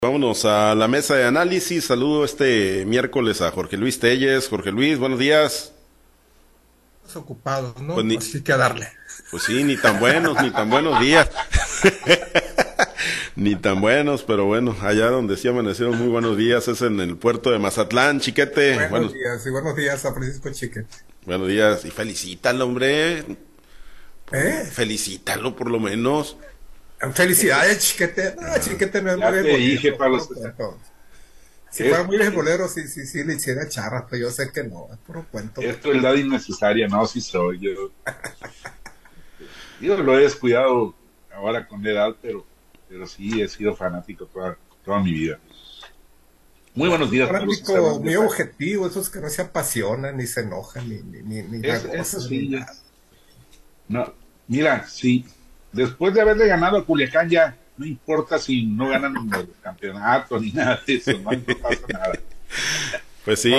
Vámonos a la mesa de análisis. Saludo este miércoles a Jorge Luis Telles. Jorge Luis, buenos días. Ocupados, Pues ¿no? Así que a darle. pues sí, ni tan buenos, ni tan buenos días. Ni tan buenos, pero bueno, allá donde sí amanecieron muy buenos días es en el puerto de Mazatlán, Chiquete. Buenos días, y buenos días a Francisco Chiquete. Buenos días, y felicítalo, hombre. ¿Eh? Felicítalo por lo menos. Felicidades, Chiquete. No, Chiquete no es Ya muy te dije, Pablo. Si fuera muy bolero, sí le hiciera charra, pero yo sé que no, es puro cuento. Es crueldad innecesaria, no, sí soy yo lo he descuidado ahora con la edad, pero sí he sido fanático toda mi vida. Muy buenos días. Fanático muy objetivo, esos que no se apasionan, ni se enojan, ni Eso sí, no, mira, sí, después de haberle ganado a Culiacán ya no importa si no ganan el campeonato ni nada de eso, no pasa nada. Pues sí,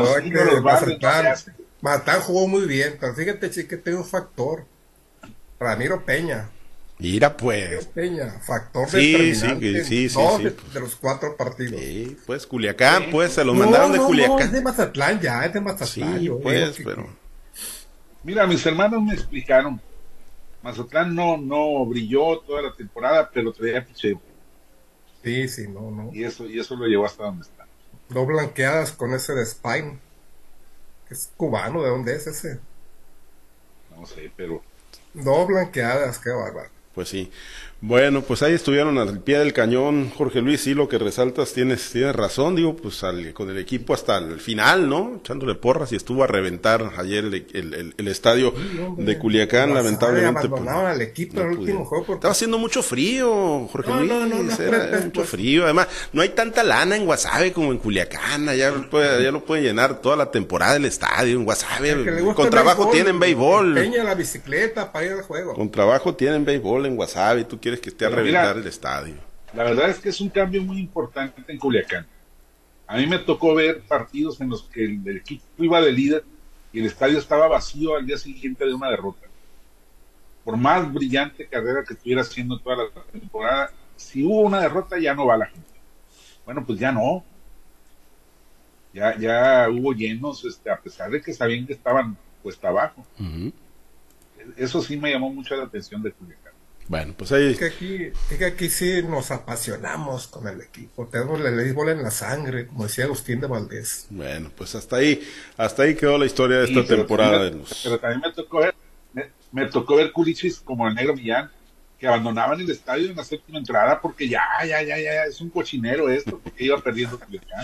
Mazatlán jugó muy bien, pero fíjate, Chiquete, un factor. Ramiro Peña. Mira pues. Peña, factor determinante de los 4 partidos. Sí, pues Culiacán, pues se lo mandaron de Culiacán. No, es de Mazatlán ya, es de Mazatlán. Sí, pues, pero... Mira, mis hermanos me explicaron. Mazatlán no brilló toda la temporada, pero traía picheo. Sí, no. Y eso lo llevó hasta donde está. 2 blanqueadas con ese de Spine. Es cubano, ¿de dónde es ese? No sé, pero... 2 blanqueadas, qué bárbaro. Pues sí. Bueno, pues ahí estuvieron al pie del cañón, Jorge Luis, sí, lo que resaltas tienes razón, digo, pues con el equipo hasta el final, ¿no? Echándole porras y estuvo a reventar ayer el estadio de Culiacán, lamentablemente. Abandonaron al equipo en el último juego. Porque... Estaba haciendo mucho frío, Jorge Luis, era mucho frío, además, no hay tanta lana en Guasave como en Culiacán, ya lo puede llenar toda la temporada el estadio, en Guasave, con trabajo tienen béisbol. Peña la bicicleta para ir al juego. Con trabajo tienen béisbol en Guasave, tú quieres que esté a reventar el estadio. La verdad es que es un cambio muy importante en Culiacán. A mí me tocó ver partidos en los que el equipo iba de líder y el estadio estaba vacío al día siguiente de una derrota. Por más brillante carrera que estuviera haciendo toda la temporada, si hubo una derrota ya no va la gente. Bueno, pues ya no. Ya hubo llenos, a pesar de que sabían que estaban cuesta abajo. Uh-huh. Eso sí me llamó mucho la atención de Culiacán. Bueno, pues ahí... Es que aquí sí nos apasionamos con el equipo, tenemos el béisbol en la sangre, como decía Agustín de Valdés. Bueno, pues hasta ahí quedó la historia de esta temporada. Pero también me tocó ver culichis como el Negro Millán, que abandonaban el estadio en la séptima entrada porque ya, es un cochinero esto, porque iba perdiendo Culiacán.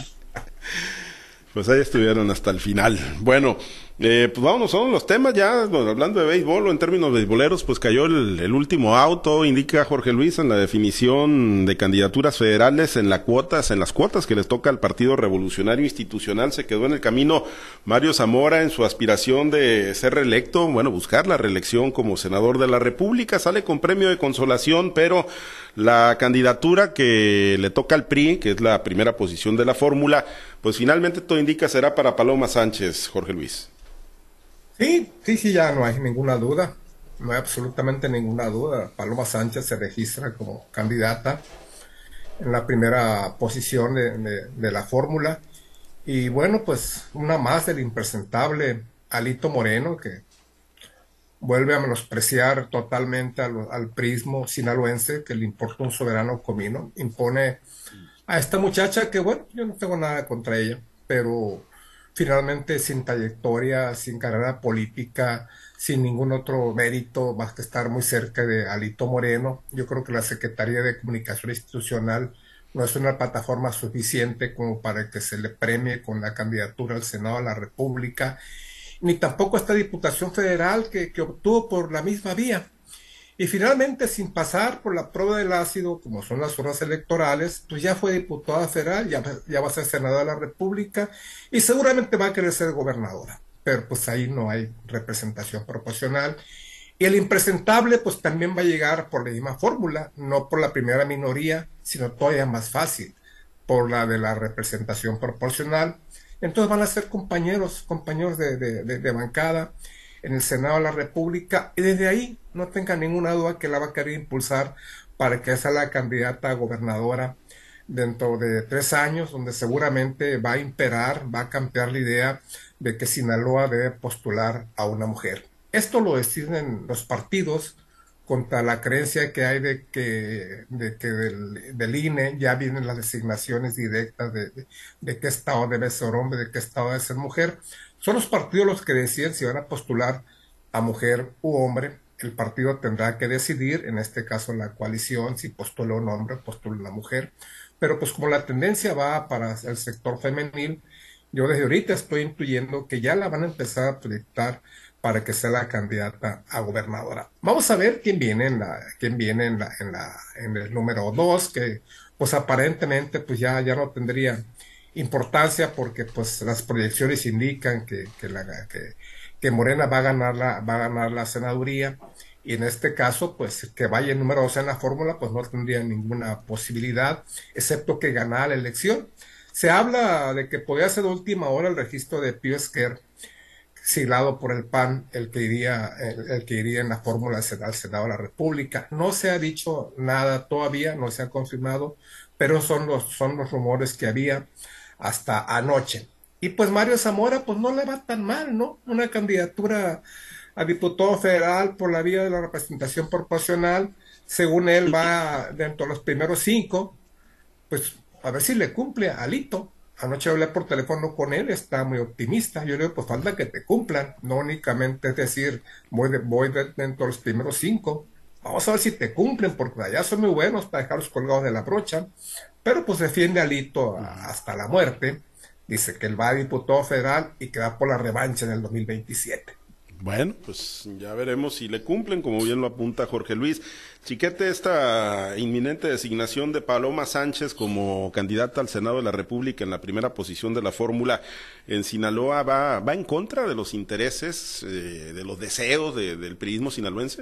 Pues ahí estuvieron hasta el final. Bueno, pues vámonos a los temas ya, hablando de béisbol o en términos beisboleros, pues cayó el último auto, indica Jorge Luis, en la definición de candidaturas federales en las cuotas que les toca al Partido Revolucionario Institucional. Se quedó en el camino Mario Zamora en su aspiración de ser reelecto, buscar la reelección como senador de la República. Sale con premio de consolación, pero la candidatura que le toca al PRI, que es la primera posición de la fórmula, pues finalmente todo indica será para Paloma Sánchez, Jorge Luis. Sí, ya no hay ninguna duda, no hay absolutamente ninguna duda. Paloma Sánchez se registra como candidata en la primera posición de la fórmula. Y bueno, pues una más del impresentable Alito Moreno, que vuelve a menospreciar totalmente al prismo sinaloense, que le importa un soberano comino. Impone a esta muchacha que, yo no tengo nada contra ella, pero finalmente sin trayectoria, sin carrera política, sin ningún otro mérito más que estar muy cerca de Alito Moreno. Yo creo que la Secretaría de Comunicación Institucional no es una plataforma suficiente como para que se le premie con la candidatura al Senado de la República, ni tampoco esta Diputación Federal que obtuvo por la misma vía. Y finalmente, sin pasar por la prueba del ácido, como son las urnas electorales, pues ya fue diputada federal, ya va a ser senadora de la República y seguramente va a querer ser gobernadora. Pero pues ahí no hay representación proporcional. Y el impresentable pues también va a llegar por la misma fórmula, no por la primera minoría, sino todavía más fácil, por la de la representación proporcional. Entonces van a ser compañeros de bancada en el Senado de la República, y desde ahí no tenga ninguna duda que la va a querer impulsar para que sea la candidata a gobernadora dentro de 3 años, donde seguramente va a imperar, va a cambiar la idea de que Sinaloa debe postular a una mujer. Esto lo deciden los partidos contra la creencia que hay de que del INE ya vienen las designaciones directas de qué estado debe ser hombre, de qué estado debe ser mujer. Son los partidos los que deciden si van a postular a mujer u hombre. El partido tendrá que decidir, en este caso la coalición, si postula un hombre o postula una mujer. Pero pues como la tendencia va para el sector femenil, yo desde ahorita estoy intuyendo que ya la van a empezar a proyectar para que sea la candidata a gobernadora. Vamos a ver quién viene en el número 2, que pues aparentemente pues ya no tendría importancia porque pues las proyecciones indican que Morena va a ganar la senaduría, y en este caso pues que vaya el número 2 en la fórmula pues no tendría ninguna posibilidad, excepto que ganara la elección. Se habla de que podría ser de última hora el registro de Pío Esquer, siglado por el PAN, el que iría en la fórmula al Senado de la República. No se ha dicho nada todavía, no se ha confirmado, pero son los rumores que había hasta anoche. Y pues Mario Zamora, pues no le va tan mal, ¿no? Una candidatura a diputado federal por la vía de la representación proporcional, según él va dentro de los primeros 5, pues a ver si le cumple a Alito. Anoche hablé por teléfono con él, está muy optimista. Yo le digo, pues falta que te cumplan, no únicamente es decir, dentro de los primeros 5. Vamos a ver si te cumplen, porque allá son muy buenos para dejarlos colgados de la brocha. Pero pues defiende a Alito hasta la muerte. Dice que él va a diputado federal y que va por la revancha en el 2027. Bueno, pues ya veremos si le cumplen, como bien lo apunta Jorge Luis. Chiquete, esta inminente designación de Paloma Sánchez como candidata al Senado de la República en la primera posición de la fórmula en Sinaloa, ¿va en contra de los intereses, de los deseos del priismo sinaloense?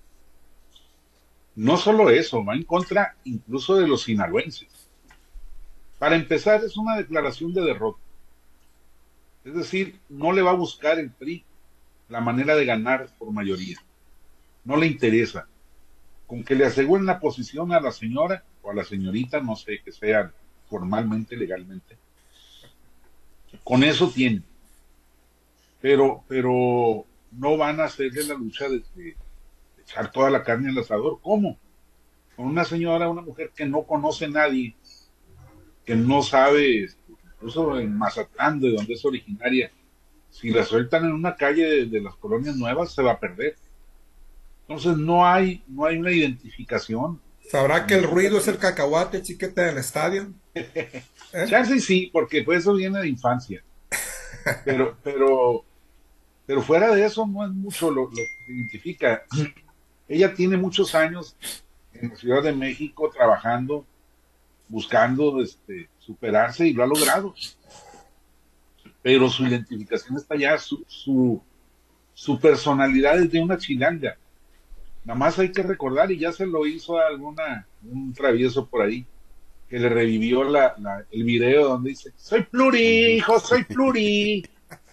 No solo eso, va en contra incluso de los sinaloenses. Para empezar, es una declaración de derrota. Es decir, no le va a buscar el PRI la manera de ganar por mayoría. No le interesa. Con que le aseguren la posición a la señora o a la señorita, no sé, que sea formalmente, legalmente. Con eso tiene. Pero no van a hacerle la lucha de echar toda la carne al asador. ¿Cómo? Con una señora, una mujer que no conoce a nadie, que no sabe, incluso en Mazatlán, de donde es originaria, si la sueltan en una calle de las colonias nuevas, se va a perder. Entonces no hay una identificación. ¿Sabrá que el ruido es el cacahuate, Chiquete, del estadio? Chance sí, porque pues eso viene de infancia. Pero fuera de eso no es mucho lo que se identifica. Ella tiene muchos años en la Ciudad de México trabajando, buscando superarse, y lo ha logrado. Pero su identificación está allá, su personalidad es de una chilanga. Nada más hay que recordar, y ya se lo hizo a un travieso por ahí, que le revivió el video donde dice, soy pluri, hijo, soy pluri.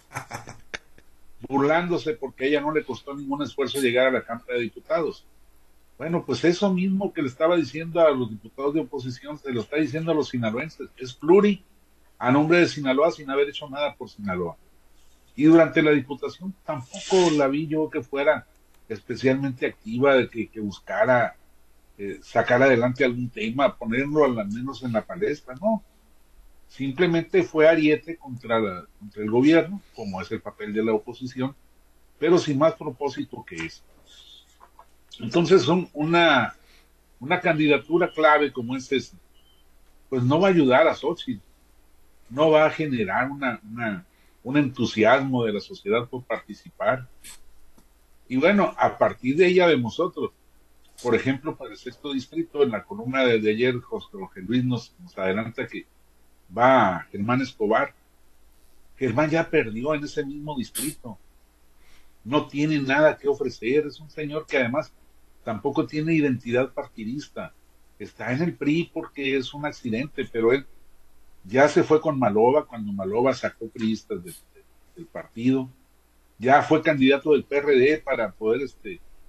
Burlándose porque a ella no le costó ningún esfuerzo llegar a la Cámara de Diputados. Bueno, pues eso mismo que le estaba diciendo a los diputados de oposición, se lo está diciendo a los sinaloenses. Es pluri a nombre de Sinaloa sin haber hecho nada por Sinaloa. Y durante la diputación tampoco la vi yo que fuera especialmente activa, de que buscara sacar adelante algún tema, ponerlo al menos en la palestra, no. Simplemente fue ariete contra el gobierno, como es el papel de la oposición, pero sin más propósito que eso. Entonces una candidatura clave como es esa, pues no va a ayudar a Xochitl, no va a generar un entusiasmo de la sociedad por participar. Y bueno, a partir de ella vemos otros. Por ejemplo, para el sexto distrito, en la columna de ayer, Jorge Luis nos adelanta que va Germán Escobar. Germán ya perdió en ese mismo distrito. No tiene nada que ofrecer. Es un señor que además tampoco tiene identidad partidista. Está en el PRI porque es un accidente, pero él ya se fue con Maloba cuando Maloba sacó priistas del partido. Ya fue candidato del PRD para poder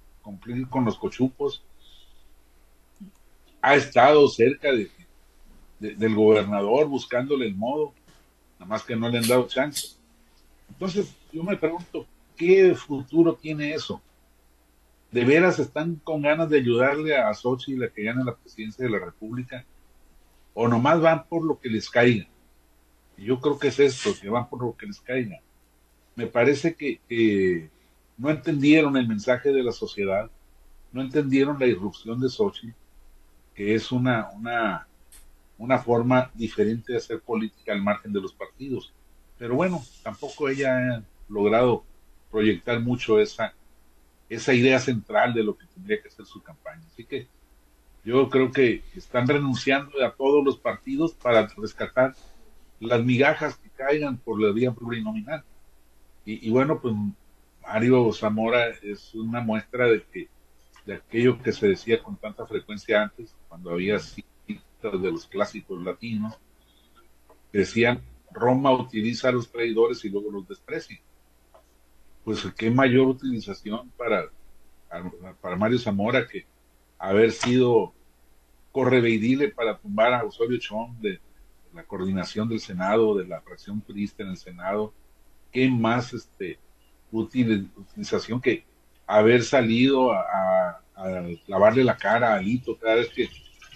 cumplir con los cochupos. Ha estado cerca del gobernador buscándole el modo, nada más que no le han dado chance. Entonces, yo me pregunto, ¿qué futuro tiene eso? ¿De veras están con ganas de ayudarle a Xochitl a que gane la presidencia de la República? ¿O nomás van por lo que les caiga? Y yo creo que es esto, que van por lo que les caiga. Me parece que no entendieron el mensaje de la sociedad, no entendieron la irrupción de Xochitl, que es una forma diferente de hacer política al margen de los partidos. Pero bueno, tampoco ella ha logrado proyectar mucho esa idea central de lo que tendría que ser su campaña. Así que yo creo que están renunciando a todos los partidos para rescatar las migajas que caigan por la vía plurinominal. Y bueno, pues Mario Zamora es una muestra de aquello que se decía con tanta frecuencia antes, cuando había citas de los clásicos latinos, que decían, Roma utiliza a los traidores y luego los desprecia. Pues qué mayor utilización para Mario Zamora que haber sido correveidile para tumbar a Osorio Chong de la coordinación del Senado, de la fracción priista en el Senado. Qué más utilización que haber salido a lavarle la cara a Alito cada vez que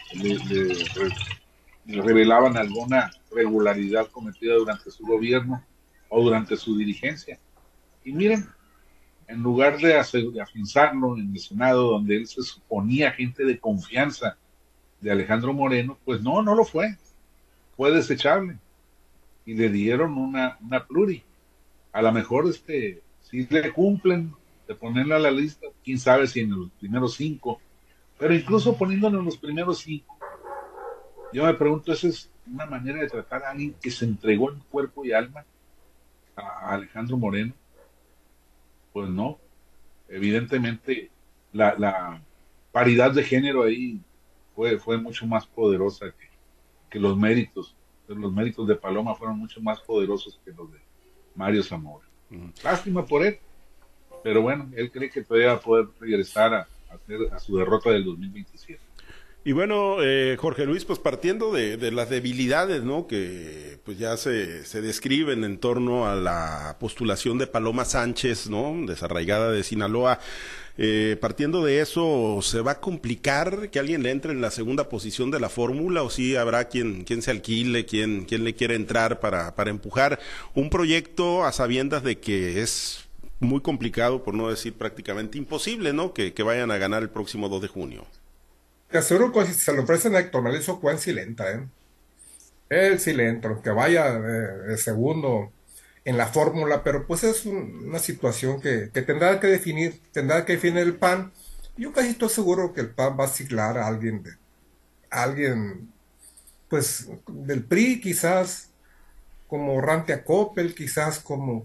le revelaban alguna irregularidad cometida durante su gobierno o durante su dirigencia. Y miren, en lugar de afianzarlo en el Senado, donde él se suponía gente de confianza de Alejandro Moreno, pues no lo fue desechable y le dieron una pluri. A lo mejor si le cumplen de ponerla a la lista, quién sabe si en los primeros 5, pero incluso poniéndolo en los primeros 5, yo me pregunto, ¿esa es una manera de tratar a alguien que se entregó en cuerpo y alma a Alejandro Moreno? Pues no, evidentemente la paridad de género ahí fue mucho más poderosa que los méritos de Paloma fueron mucho más poderosos que los de Mario Zamora. Lástima por él, pero bueno, él cree que todavía va a poder regresar a su derrota del 2027. Y bueno, Jorge Luis, pues partiendo de las debilidades, ¿no?, que pues ya se describen en torno a la postulación de Paloma Sánchez, ¿no?, desarraigada de Sinaloa, partiendo de eso, ¿se va a complicar que alguien le entre en la segunda posición de la fórmula o sí habrá quien se alquile, quien le quiera entrar para empujar un proyecto a sabiendas de que es muy complicado, por no decir prácticamente imposible, ¿no?, que vayan a ganar el próximo 2 de junio? Te aseguro que si se lo ofrecen a Héctor Melesio Cuen, sí le entra, ¿eh? Él sí le entra, que vaya de segundo en la fórmula, pero pues es una situación que tendrá que definir el PAN. Yo casi estoy seguro que el PAN va a siglar a alguien, pues, del PRI, quizás, como Rantia Coppel, quizás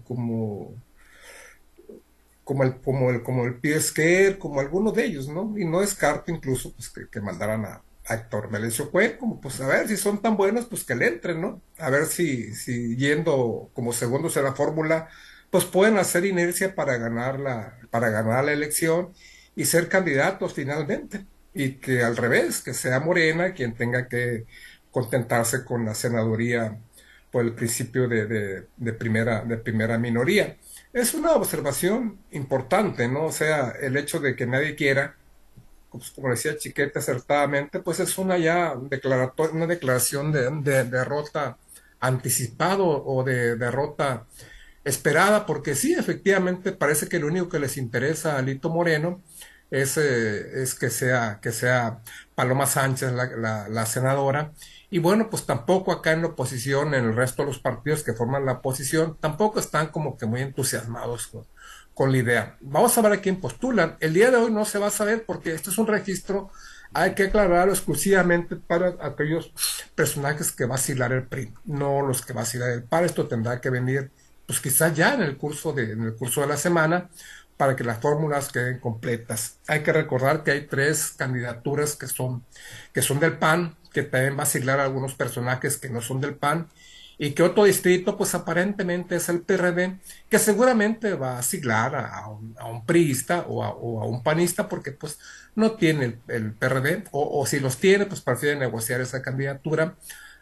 como el Piesquer, como alguno de ellos, ¿no? Y no descarto incluso pues que mandaran a Héctor Melesio Cuen, como pues a ver si son tan buenos, pues que le entren, ¿no? A ver si yendo como segundos en la fórmula, pues pueden hacer inercia para ganar la elección y ser candidatos finalmente. Y que al revés, que sea Morena quien tenga que contentarse con la senaduría por el principio de primera minoría. Es una observación importante, ¿no? O sea, el hecho de que nadie quiera, pues, como decía Chiquete acertadamente, pues es una declaración de derrota anticipado o de derrota esperada, porque sí, efectivamente, parece que lo único que les interesa a Alito Moreno es que sea Paloma Sánchez la senadora. Y bueno, pues tampoco acá en la oposición, en el resto de los partidos que forman la oposición, tampoco están como que muy entusiasmados con la idea. Vamos a ver a quién postulan. El día de hoy no se va a saber porque este es un registro, hay que aclararlo exclusivamente para aquellos personajes que vacilar el PRI, no los que vacilar el PAN. Esto tendrá que venir, pues quizás ya en el curso de la semana, para que las fórmulas queden completas. Hay que recordar que hay 3 candidaturas que son del PAN, que también va a siglar a algunos personajes que no son del PAN, y que otro distrito, pues aparentemente es el PRD, que seguramente va a siglar a un priista o a un panista, porque pues no tiene el PRD, o si los tiene, pues prefiere negociar esa candidatura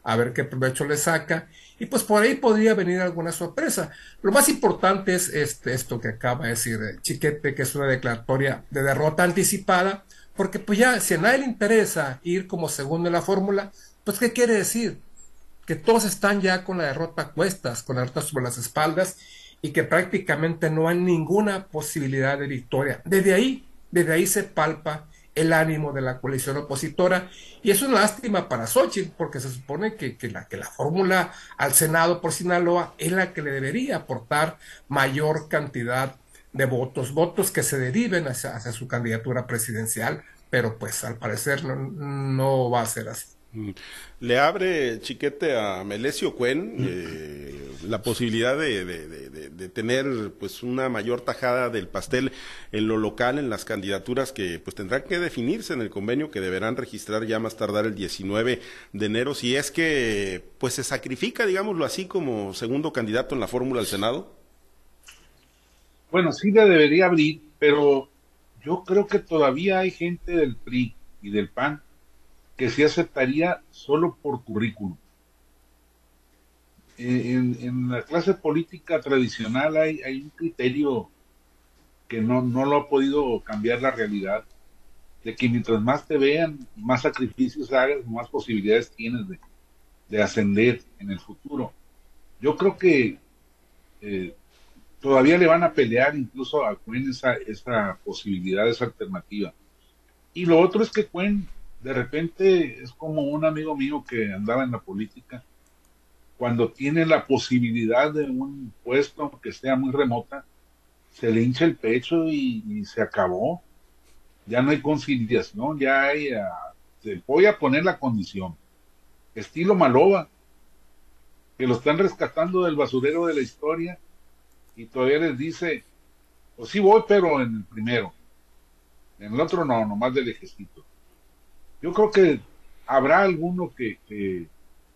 a ver qué provecho le saca, y pues por ahí podría venir alguna sorpresa. Lo más importante es esto que acaba de decir Chiquete, que es una declaratoria de derrota anticipada, porque pues ya, si a nadie le interesa ir como segundo en la fórmula, pues ¿qué quiere decir? Que todos están ya con la derrota a cuestas, con la derrota sobre las espaldas, y que prácticamente no hay ninguna posibilidad de victoria. Desde ahí se palpa el ánimo de la coalición opositora, y es una lástima para Xochitl, porque se supone que la fórmula al Senado por Sinaloa es la que le debería aportar mayor cantidad de votos que se deriven hacia su candidatura presidencial, pero pues al parecer no va a ser así. Le abre Chiquete a Melesio Cuen la posibilidad de tener pues una mayor tajada del pastel en lo local, en las candidaturas que pues tendrán que definirse en el convenio que deberán registrar ya más tardar el 19 de enero, si es que pues se sacrifica, digámoslo así, como segundo candidato en la fórmula al Senado. Bueno, sí le debería abrir, pero yo creo que todavía hay gente del PRI y del PAN que sí aceptaría solo por currículum. En la clase política tradicional hay un criterio que no lo ha podido cambiar la realidad, de que mientras más te vean, más sacrificios hagas, más posibilidades tienes de ascender en el futuro. Yo creo que todavía le van a pelear incluso a Cuen esa posibilidad, esa alternativa. Y lo otro es que Cuen de repente es como un amigo mío que andaba en la política, cuando tiene la posibilidad de un puesto que sea muy remota, se le hincha el pecho y se acabó. Ya no hay conciliación, ya hay, te voy a poner la condición. Estilo Maloba, que lo están rescatando del basurero de la historia y todavía les dice, pues sí voy, pero en el primero. En el otro no, nomás del ejército. Yo creo que habrá alguno que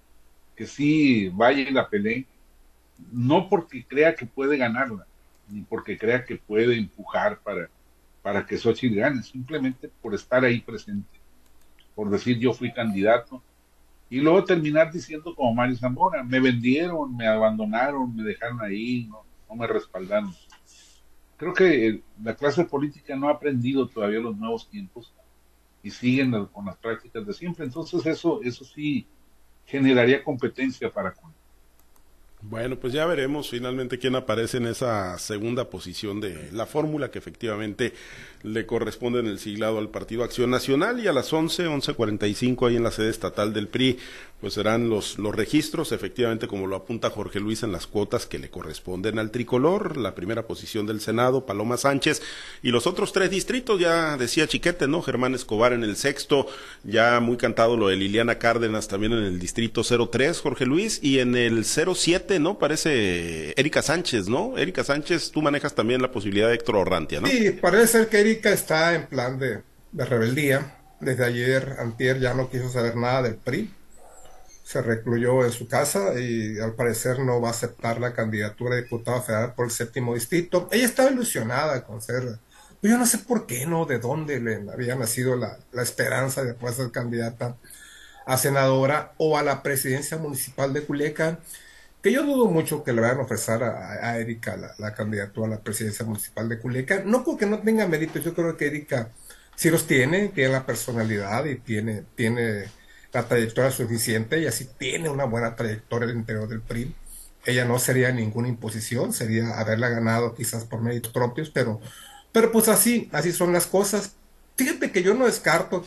sí vaya y la pelee, no porque crea que puede ganarla, ni porque crea que puede empujar para que Xochitl gane, simplemente por estar ahí presente, por decir yo fui candidato, y luego terminar diciendo como Mario Zamora, me vendieron, me abandonaron, me dejaron ahí, no me respaldaron. Creo que la clase política no ha aprendido todavía los nuevos tiempos y siguen con las prácticas de siempre, entonces eso sí generaría competencia para Cuen. Bueno, pues ya veremos finalmente quién aparece en esa segunda posición de la fórmula que efectivamente le corresponde en el siglado al Partido Acción Nacional, y a las 11:45 ahí en la sede estatal del PRI pues serán los registros, efectivamente como lo apunta Jorge Luis, en las cuotas que le corresponden al tricolor, la primera posición del Senado, Paloma Sánchez, y los otros 3 distritos, ya decía Chiquete, ¿no? Germán Escobar en el sexto, ya muy cantado lo de Liliana Cárdenas también en el distrito 03, Jorge Luis, y en el 07, ¿no? Parece Erika Sánchez, ¿no? Erika Sánchez, tú manejas también la posibilidad de Héctor Orrantia, ¿no? Sí, parece ser que Erika está en plan de rebeldía. Desde ayer, antier, ya no quiso saber nada del PRI. Se recluyó en su casa y al parecer no va a aceptar la candidatura de diputada federal por el 7º distrito. Ella estaba ilusionada con ser, yo no sé por qué, ¿no? De dónde le había nacido la esperanza de poder ser candidata a senadora o a la presidencia municipal de Culiacán, que yo dudo mucho que le vayan a ofrecer a Erika la candidatura a la presidencia municipal de Culiacán, no porque no tenga méritos, yo creo que Erika sí los tiene la personalidad y tiene la trayectoria suficiente, ella sí tiene una buena trayectoria al interior del PRI, ella no sería ninguna imposición, sería haberla ganado quizás por méritos propios, pero pues así son las cosas. Fíjate que yo no descarto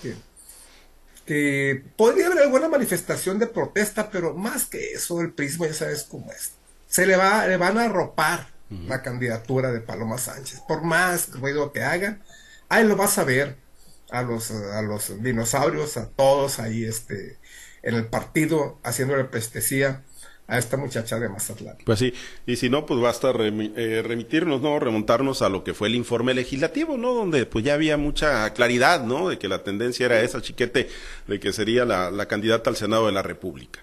que podría haber alguna manifestación de protesta, pero más que eso, el prisma ya sabes cómo es. Le van a arropar la candidatura de Paloma Sánchez, por más ruido que haga, ahí lo vas a ver a los dinosaurios, a todos ahí en el partido, haciéndole pleitesía a esta muchacha de Mazatlán. Pues sí, y si no, pues basta remitirnos, ¿no? Remontarnos a lo que fue el informe legislativo, ¿no? Donde pues ya había mucha claridad, ¿no? De que la tendencia era esa, Chiquete, de que sería la candidata al Senado de la República.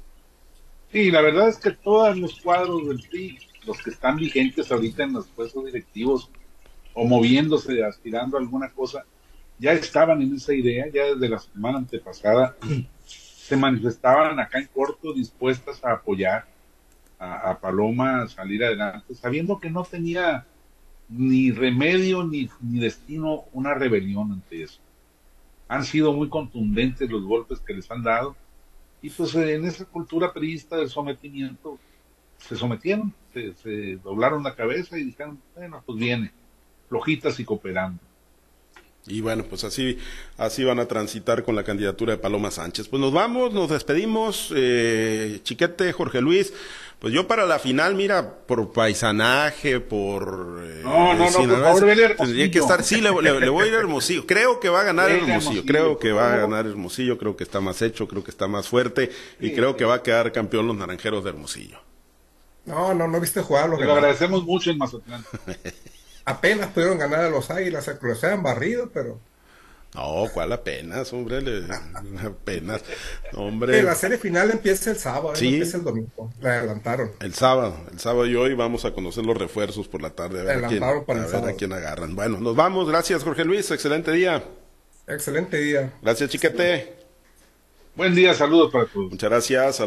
Sí, la verdad es que todos los cuadros del PRI, los que están vigentes ahorita en los puestos directivos o moviéndose, aspirando a alguna cosa, ya estaban en esa idea, ya desde la semana antepasada se manifestaban acá en corto dispuestas a apoyar a Paloma a salir adelante, sabiendo que no tenía ni remedio ni destino una rebelión ante eso. Han sido muy contundentes los golpes que les han dado, y pues en esa cultura priista del sometimiento se sometieron, se doblaron la cabeza y dijeron, bueno, pues viene, flojitas y cooperando. Y bueno, pues así van a transitar con la candidatura de Paloma Sánchez. Pues nos vamos, nos despedimos, Chiquete, Jorge Luis. Pues yo para la final, mira, por paisanaje, por... no, por favor, vele Hermosillo. Tendría que estar, sí, le voy a ir a Hermosillo. Creo que va a ganar Hermosillo, creo que va a ganar Hermosillo, creo que está más hecho, creo que está más fuerte, y creo que va a quedar campeón los Naranjeros de Hermosillo. No viste jugar lo agradecemos mucho en Mazatlán. Apenas pudieron ganar a los Águilas, se han barrido, pero... No, ¿cuál apenas, hombre? Apenas, hombre. La serie final empieza el sábado, sí, empieza el domingo, la adelantaron. El sábado y hoy vamos a conocer los refuerzos por la tarde, a ver a quién agarran. Bueno, nos vamos, gracias Jorge Luis, excelente día. Excelente día. Gracias, Chiquete. Buen día, saludos para todos. Muchas gracias.